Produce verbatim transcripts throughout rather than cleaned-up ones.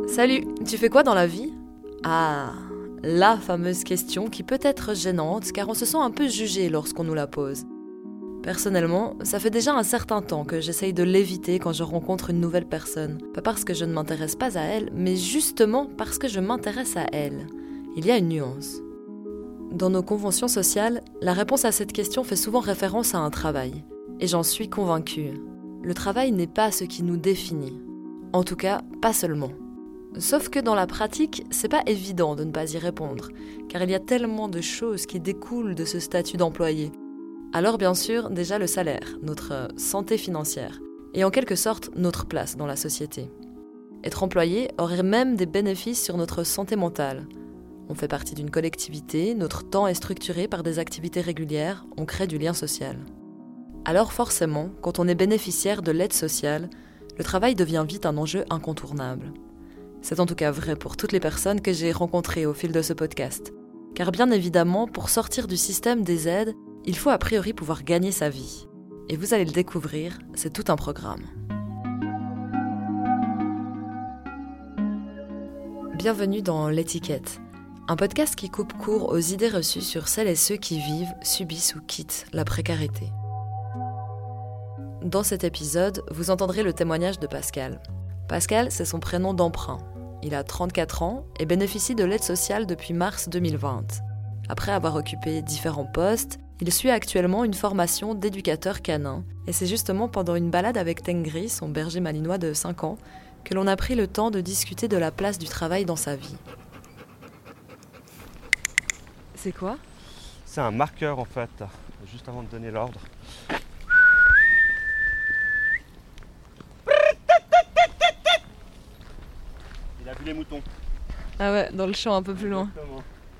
Salut, tu fais quoi dans la vie ? Ah, la fameuse question qui peut être gênante car on se sent un peu jugé lorsqu'on nous la pose. Personnellement, ça fait déjà un certain temps que j'essaye de l'éviter quand je rencontre une nouvelle personne. Pas parce que je ne m'intéresse pas à elle, mais justement parce que je m'intéresse à elle. Il y a une nuance. Dans nos conventions sociales, la réponse à cette question fait souvent référence à un travail. Et j'en suis convaincue. Le travail n'est pas ce qui nous définit. En tout cas, pas seulement. Sauf que dans la pratique, c'est pas évident de ne pas y répondre, car il y a tellement de choses qui découlent de ce statut d'employé. Alors bien sûr, déjà le salaire, notre santé financière, et en quelque sorte notre place dans la société. Être employé aurait même des bénéfices sur notre santé mentale. On fait partie d'une collectivité, notre temps est structuré par des activités régulières, on crée du lien social. Alors forcément, quand on est bénéficiaire de l'aide sociale, le travail devient vite un enjeu incontournable. C'est en tout cas vrai pour toutes les personnes que j'ai rencontrées au fil de ce podcast. Car bien évidemment, pour sortir du système des aides, il faut a priori pouvoir gagner sa vie. Et vous allez le découvrir, c'est tout un programme. Bienvenue dans L'étiquette, un podcast qui coupe court aux idées reçues sur celles et ceux qui vivent, subissent ou quittent la précarité. Dans cet épisode, vous entendrez le témoignage de Pascal. Pascal, c'est son prénom d'emprunt. Il a trente-quatre ans et bénéficie de l'aide sociale depuis mars deux mille vingt. Après avoir occupé différents postes, il suit actuellement une formation d'éducateur canin. Et c'est justement pendant une balade avec Tengri, son berger malinois de cinq ans, que l'on a pris le temps de discuter de la place du travail dans sa vie. C'est quoi ? C'est un marqueur en fait, juste avant de donner l'ordre. Il a vu les moutons. Ah ouais, dans le champ un peu plus loin. Exactement.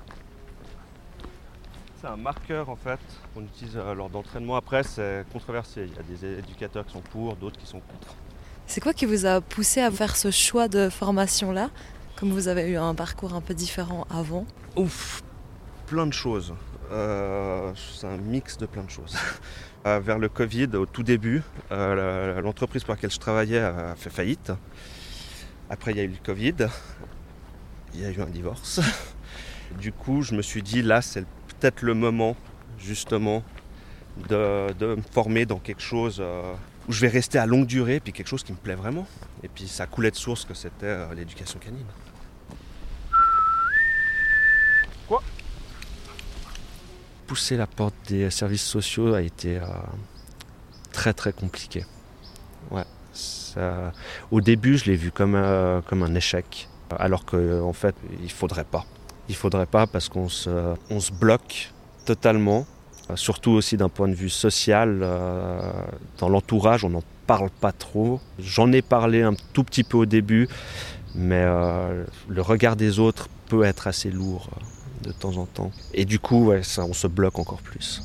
C'est un marqueur en fait qu'on utilise lors d'entraînement. Après, c'est controversé. Il y a des éducateurs qui sont pour, d'autres qui sont contre. C'est quoi qui vous a poussé à faire ce choix de formation-là, comme vous avez eu un parcours un peu différent avant ? Ouf, plein de choses. Euh, c'est un mix de plein de choses. Euh, vers le Covid, au tout début, euh, l'entreprise pour laquelle je travaillais a fait faillite. Après, il y a eu le Covid, il y a eu un divorce. Du coup, je me suis dit, là, c'est peut-être le moment, justement, de, de me former dans quelque chose euh, où je vais rester à longue durée, puis quelque chose qui me plaît vraiment. Et puis, ça coulait de source que c'était euh, l'éducation canine. Quoi ? Pousser la porte des services sociaux a été euh, très, très compliqué. Ouais. Ça, au début, je l'ai vu comme, euh, comme un échec, alors qu'en en fait, il ne faudrait pas. Il ne faudrait pas parce qu'on se, on se bloque totalement, euh, surtout aussi d'un point de vue social. Euh, dans l'entourage, on n'en parle pas trop. J'en ai parlé un tout petit peu au début, mais euh, le regard des autres peut être assez lourd euh, de temps en temps. Et du coup, ouais, ça, on se bloque encore plus.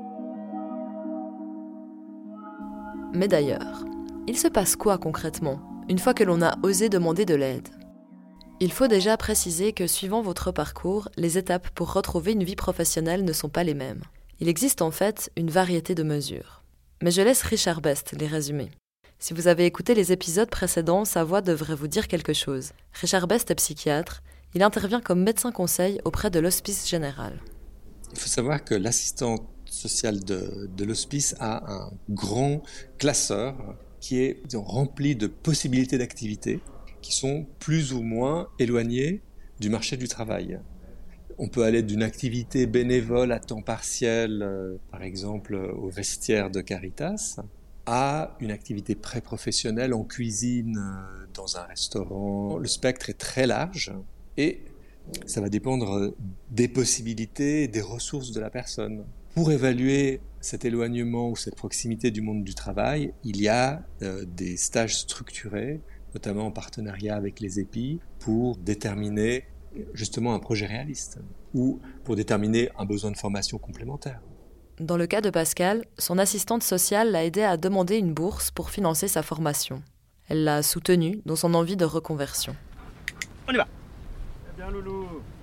Mais d'ailleurs, il se passe quoi concrètement, une fois que l'on a osé demander de l'aide ? Il faut déjà préciser que suivant votre parcours, les étapes pour retrouver une vie professionnelle ne sont pas les mêmes. Il existe en fait une variété de mesures. Mais je laisse Richard Best les résumer. Si vous avez écouté les épisodes précédents, sa voix devrait vous dire quelque chose. Richard Best est psychiatre, il intervient comme médecin conseil auprès de l'Hospice Général. Il faut savoir que l'assistante sociale de, de l'hospice a un grand classeur qui est disons, rempli de possibilités d'activités qui sont plus ou moins éloignées du marché du travail. On peut aller d'une activité bénévole à temps partiel, euh, par exemple au vestiaire de Caritas, à une activité pré-professionnelle en cuisine, euh, dans un restaurant. Le spectre est très large et ça va dépendre des possibilités, des ressources de la personne. Pour évaluer cet éloignement ou cette proximité du monde du travail, il y a euh, des stages structurés, notamment en partenariat avec les E P I, pour déterminer justement un projet réaliste ou pour déterminer un besoin de formation complémentaire. Dans le cas de Pascal, son assistante sociale l'a aidé à demander une bourse pour financer sa formation. Elle l'a soutenu dans son envie de reconversion. On y va. Bien loulou.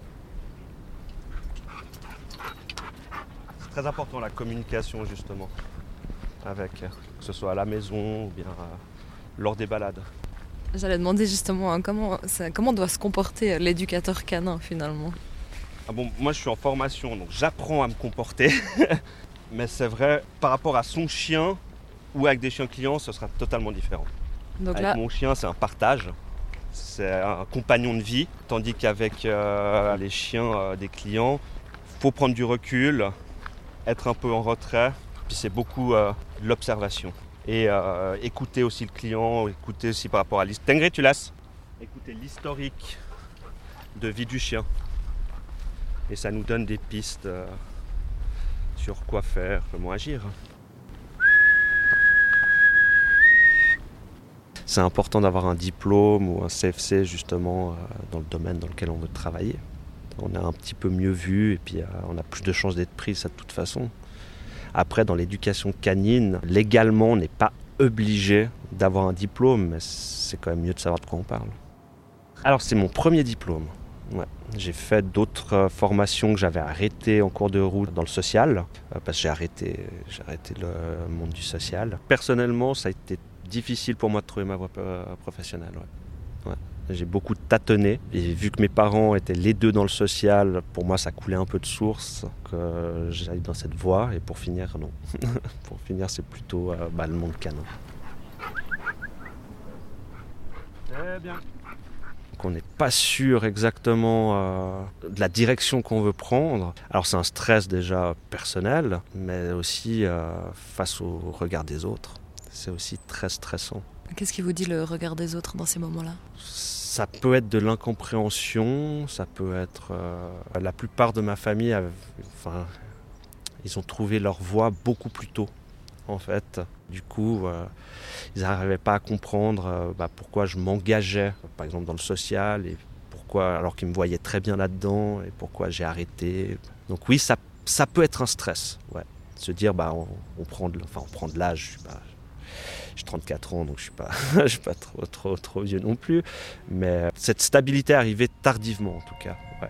C'est très important la communication justement, avec, que ce soit à la maison ou bien euh, lors des balades. J'allais demander justement hein, comment, ça, comment doit se comporter l'éducateur canin finalement. Ah bon, moi je suis en formation, donc j'apprends à me comporter. Mais c'est vrai, par rapport à son chien ou avec des chiens clients, ce sera totalement différent. Donc avec là... mon chien, c'est un partage. C'est un compagnon de vie. Tandis qu'avec euh, les chiens euh, des clients, il faut prendre du recul, être un peu en retrait. Puis c'est beaucoup euh, de l'observation. Et euh, écouter aussi le client, écouter aussi par rapport à l'histoire. Tengri, tu laisses écouter l'historique de vie du chien. Et ça nous donne des pistes euh, sur quoi faire, comment agir. C'est important d'avoir un diplôme ou un C F C justement euh, dans le domaine dans lequel on veut travailler. On est un petit peu mieux vu et puis euh, on a plus de chances d'être pris, ça de toute façon. Après, dans l'éducation canine, légalement, on n'est pas obligé d'avoir un diplôme, mais c'est quand même mieux de savoir de quoi on parle. Alors, c'est mon premier diplôme. Ouais. J'ai fait d'autres formations que j'avais arrêtées en cours de route dans le social, parce que j'ai arrêté, j'ai arrêté le monde du social. Personnellement, ça a été difficile pour moi de trouver ma voie professionnelle. Ouais. Ouais. J'ai beaucoup tâtonné et vu que mes parents étaient les deux dans le social, pour moi ça coulait un peu de source que j'aille dans cette voie et pour finir non. Pour finir c'est plutôt euh, bah, le monde canin. Très bien. Donc on n'est pas sûr exactement euh, de la direction qu'on veut prendre. Alors c'est un stress déjà personnel, mais aussi euh, face au regard des autres. C'est aussi très stressant. Qu'est-ce qui vous dit le regard des autres dans ces moments-là ? Ça peut être de l'incompréhension, ça peut être... Euh, la plupart de ma famille, avait, enfin, ils ont trouvé leur voie beaucoup plus tôt, en fait. Du coup, euh, ils n'arrivaient pas à comprendre euh, bah, pourquoi je m'engageais, par exemple, dans le social, et pourquoi, alors qu'ils me voyaient très bien là-dedans, et pourquoi j'ai arrêté. Donc oui, ça, ça peut être un stress, ouais. Se dire, bah, on, on, prend de, enfin, on prend de l'âge, je suis pas... J'ai trente-quatre ans, donc je ne suis pas trop, trop, trop vieux non plus. Mais cette stabilité est arrivée tardivement, en tout cas. Ouais.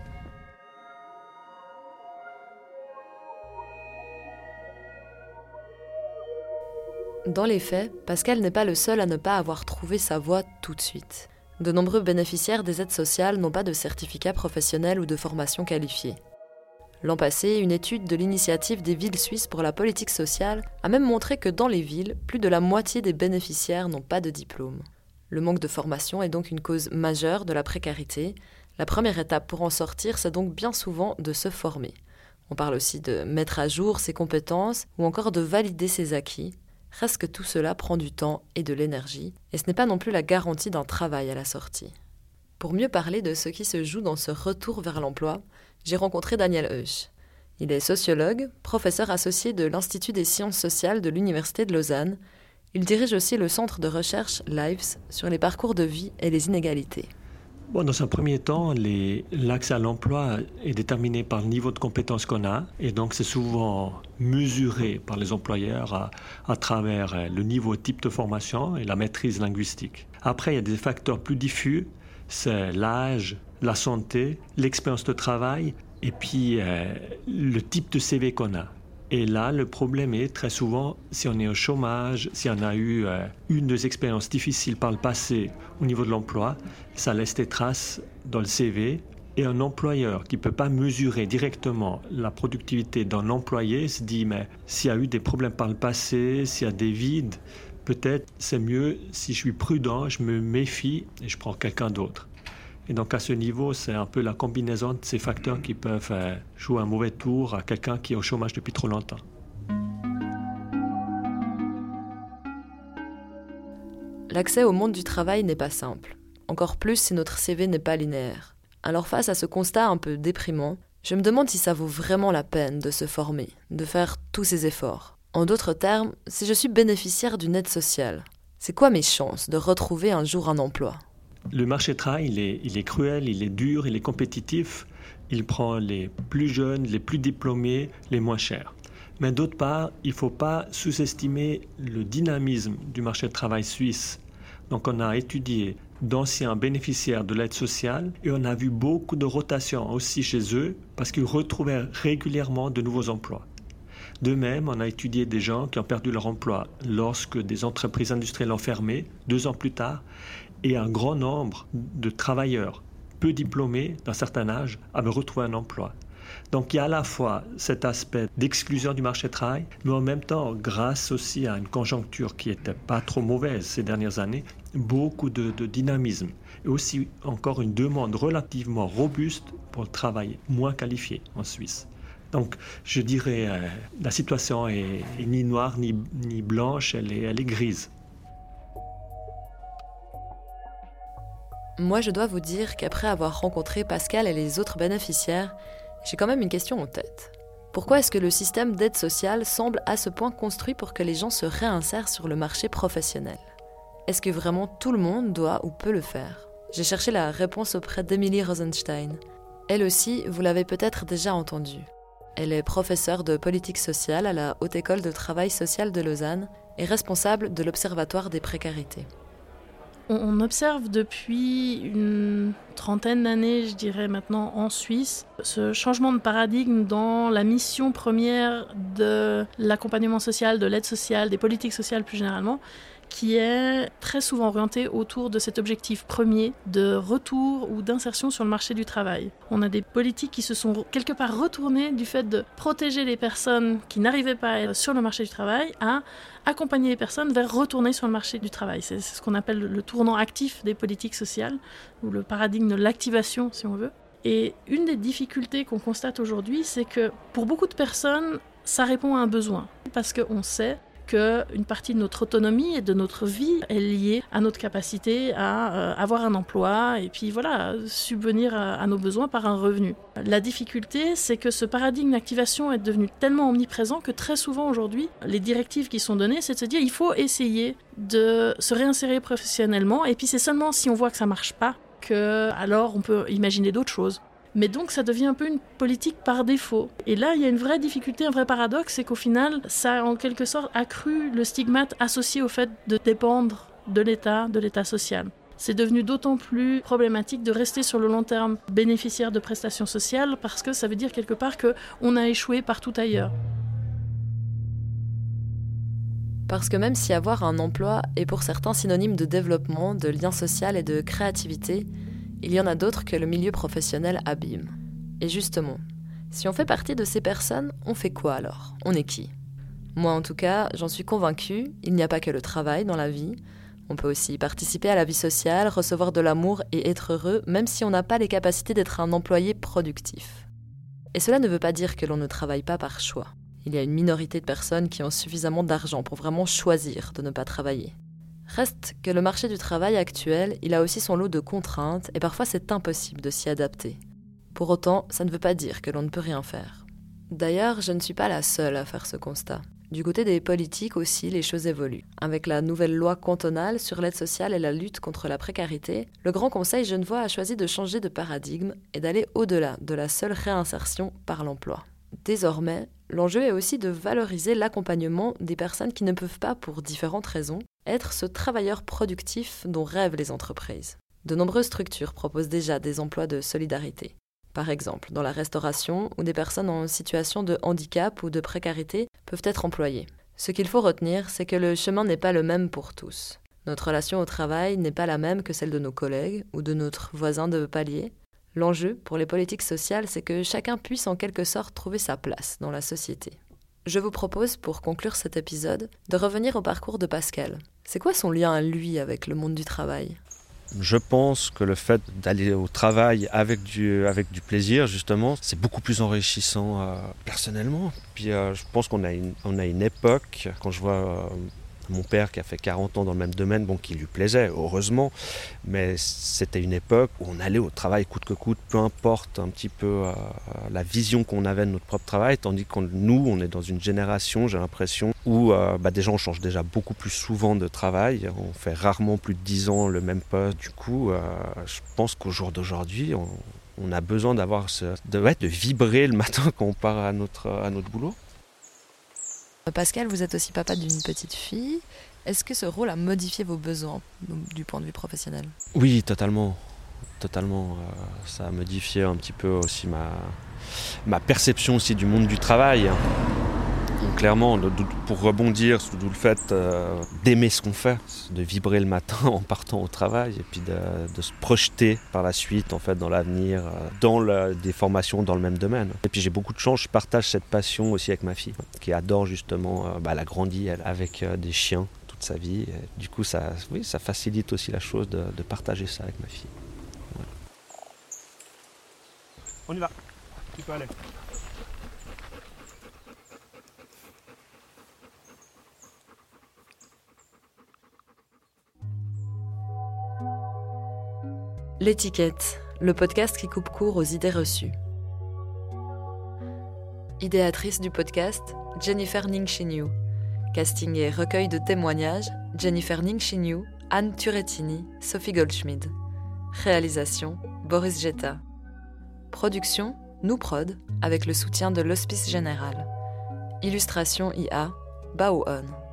Dans les faits, Pascal n'est pas le seul à ne pas avoir trouvé sa voie tout de suite. De nombreux bénéficiaires des aides sociales n'ont pas de certificat professionnel ou de formation qualifiée. L'an passé, une étude de l'initiative des villes suisses pour la politique sociale a même montré que dans les villes, plus de la moitié des bénéficiaires n'ont pas de diplôme. Le manque de formation est donc une cause majeure de la précarité. La première étape pour en sortir, c'est donc bien souvent de se former. On parle aussi de mettre à jour ses compétences ou encore de valider ses acquis. Reste que tout cela prend du temps et de l'énergie, et ce n'est pas non plus la garantie d'un travail à la sortie. Pour mieux parler de ce qui se joue dans ce retour vers l'emploi, j'ai rencontré Daniel Heusch. Il est sociologue, professeur associé de l'Institut des sciences sociales de l'Université de Lausanne. Il dirige aussi le centre de recherche Lives sur les parcours de vie et les inégalités. Bon, dans un premier temps, les, l'accès à l'emploi est déterminé par le niveau de compétences qu'on a, et donc c'est souvent mesuré par les employeurs à, à travers le niveau type de formation et la maîtrise linguistique. Après, il y a des facteurs plus diffus, c'est l'âge, la santé, l'expérience de travail et puis euh, le type de C V qu'on a. Et là, le problème est très souvent, si on est au chômage, si on a eu euh, une des expériences difficiles par le passé au niveau de l'emploi, ça laisse des traces dans le C V. Et un employeur qui ne peut pas mesurer directement la productivité d'un employé se dit, mais s'il y a eu des problèmes par le passé, s'il y a des vides, peut-être c'est mieux, si je suis prudent, je me méfie et je prends quelqu'un d'autre. Et donc à ce niveau, c'est un peu la combinaison de ces facteurs qui peuvent euh, jouer un mauvais tour à quelqu'un qui est au chômage depuis trop longtemps. L'accès au monde du travail n'est pas simple. Encore plus si notre C V n'est pas linéaire. Alors face à ce constat un peu déprimant, je me demande si ça vaut vraiment la peine de se former, de faire tous ces efforts. En d'autres termes, si je suis bénéficiaire d'une aide sociale, c'est quoi mes chances de retrouver un jour un emploi ? Le marché du travail, il est, il est cruel, il est dur, il est compétitif. Il prend les plus jeunes, les plus diplômés, les moins chers. Mais d'autre part, il ne faut pas sous-estimer le dynamisme du marché du travail suisse. Donc on a étudié d'anciens bénéficiaires de l'aide sociale et on a vu beaucoup de rotation aussi chez eux parce qu'ils retrouvaient régulièrement de nouveaux emplois. De même, on a étudié des gens qui ont perdu leur emploi lorsque des entreprises industrielles ont fermé deux ans plus tard, et un grand nombre de travailleurs peu diplômés d'un certain âge avaient retrouvé un emploi. Donc il y a à la fois cet aspect d'exclusion du marché du travail, mais en même temps, grâce aussi à une conjoncture qui n'était pas trop mauvaise ces dernières années, beaucoup de, de dynamisme et aussi encore une demande relativement robuste pour le travail moins qualifié en Suisse. Donc je dirais euh, la situation est, est ni noire ni, ni blanche, elle est, elle est grise. Moi, je dois vous dire qu'après avoir rencontré Pascal et les autres bénéficiaires, j'ai quand même une question en tête. Pourquoi est-ce que le système d'aide sociale semble à ce point construit pour que les gens se réinsèrent sur le marché professionnel ? Est-ce que vraiment tout le monde doit ou peut le faire ? J'ai cherché la réponse auprès d'Emilie Rosenstein. Elle aussi, vous l'avez peut-être déjà entendue. Elle est professeure de politique sociale à la Haute École de Travail Social de Lausanne et responsable de l'Observatoire des précarités. On observe depuis une trentaine d'années, je dirais maintenant, en Suisse, ce changement de paradigme dans la mission première de l'accompagnement social, de l'aide sociale, des politiques sociales plus généralement, qui est très souvent orienté autour de cet objectif premier de retour ou d'insertion sur le marché du travail. On a des politiques qui se sont quelque part retournées du fait de protéger les personnes qui n'arrivaient pas à être sur le marché du travail à accompagner les personnes vers retourner sur le marché du travail. C'est, c'est ce qu'on appelle le tournant actif des politiques sociales, ou le paradigme de l'activation, si on veut. Et une des difficultés qu'on constate aujourd'hui, c'est que pour beaucoup de personnes, ça répond à un besoin, parce qu'on sait qu'une partie de notre autonomie et de notre vie est liée à notre capacité à euh, avoir un emploi et puis voilà, subvenir à, à nos besoins par un revenu. La difficulté, c'est que ce paradigme d'activation est devenu tellement omniprésent que très souvent aujourd'hui, les directives qui sont données, c'est de se dire il faut essayer de se réinsérer professionnellement et puis c'est seulement si on voit que ça ne marche pas que alors on peut imaginer d'autres choses. Mais donc ça devient un peu une politique par défaut. Et là, il y a une vraie difficulté, un vrai paradoxe, c'est qu'au final, ça a en quelque sorte accru le stigmate associé au fait de dépendre de l'État, de l'État social. C'est devenu d'autant plus problématique de rester sur le long terme bénéficiaire de prestations sociales parce que ça veut dire quelque part qu'on a échoué partout ailleurs. Parce que même si avoir un emploi est pour certains synonyme de développement, de lien social et de créativité, il y en a d'autres que le milieu professionnel abîme. Et justement, si on fait partie de ces personnes, on fait quoi alors ? On est qui ? Moi en tout cas, j'en suis convaincue, il n'y a pas que le travail dans la vie. On peut aussi participer à la vie sociale, recevoir de l'amour et être heureux, même si on n'a pas les capacités d'être un employé productif. Et cela ne veut pas dire que l'on ne travaille pas par choix. Il y a une minorité de personnes qui ont suffisamment d'argent pour vraiment choisir de ne pas travailler. Reste que le marché du travail actuel, il a aussi son lot de contraintes et parfois c'est impossible de s'y adapter. Pour autant, ça ne veut pas dire que l'on ne peut rien faire. D'ailleurs, je ne suis pas la seule à faire ce constat. Du côté des politiques aussi, les choses évoluent. Avec la nouvelle loi cantonale sur l'aide sociale et la lutte contre la précarité, le Grand Conseil genevois a choisi de changer de paradigme et d'aller au-delà de la seule réinsertion par l'emploi. Désormais, l'enjeu est aussi de valoriser l'accompagnement des personnes qui ne peuvent pas, pour différentes raisons, être ce travailleur productif dont rêvent les entreprises. De nombreuses structures proposent déjà des emplois de solidarité. Par exemple, dans la restauration, où des personnes en situation de handicap ou de précarité peuvent être employées. Ce qu'il faut retenir, c'est que le chemin n'est pas le même pour tous. Notre relation au travail n'est pas la même que celle de nos collègues ou de notre voisin de palier. L'enjeu pour les politiques sociales, c'est que chacun puisse en quelque sorte trouver sa place dans la société. Je vous propose, pour conclure cet épisode, de revenir au parcours de Pascal. C'est quoi son lien à lui avec le monde du travail ? Je pense que le fait d'aller au travail avec du, avec du plaisir, justement, c'est beaucoup plus enrichissant euh, personnellement. Puis euh, je pense qu'on a une, on a une époque, quand je vois euh, mon père qui a fait quarante ans dans le même domaine, bon, qui lui plaisait, heureusement, mais c'était une époque où on allait au travail coûte que coûte, peu importe un petit peu euh, la vision qu'on avait de notre propre travail, tandis que nous, on est dans une génération, j'ai l'impression, où euh, bah, déjà on change déjà beaucoup plus souvent de travail, on fait rarement plus de dix ans le même poste. Du coup, euh, je pense qu'au jour d'aujourd'hui, on, on a besoin d'avoir ce, de, ouais, de vibrer le matin quand on part à notre, à notre boulot. Pascal, vous êtes aussi papa d'une petite fille. Est-ce que ce rôle a modifié vos besoins du point de vue professionnel ? Oui, totalement. Totalement. Euh, ça a modifié un petit peu aussi ma, ma perception aussi du monde du travail. Donc clairement, pour rebondir sur le fait euh, d'aimer ce qu'on fait, de vibrer le matin en partant au travail et puis de, de se projeter par la suite en fait, dans l'avenir, euh, dans la, des formations dans le même domaine. Et puis j'ai beaucoup de chance, je partage cette passion aussi avec ma fille qui adore justement, euh, bah, elle a grandi elle, avec euh, des chiens toute sa vie. Et du coup, ça, oui, ça facilite aussi la chose de, de partager ça avec ma fille. Ouais. On y va, tu peux aller. L'étiquette, le podcast qui coupe court aux idées reçues. Idéatrice du podcast, Jennifer Ning-Shiniu. Casting et recueil de témoignages, Jennifer Ning-Shiniu, Anne Turettini, Sophie Goldschmidt. Réalisation, Boris Jetta. Production, Nous Prod, avec le soutien de l'Hospice Général. Illustration I A, Bao On.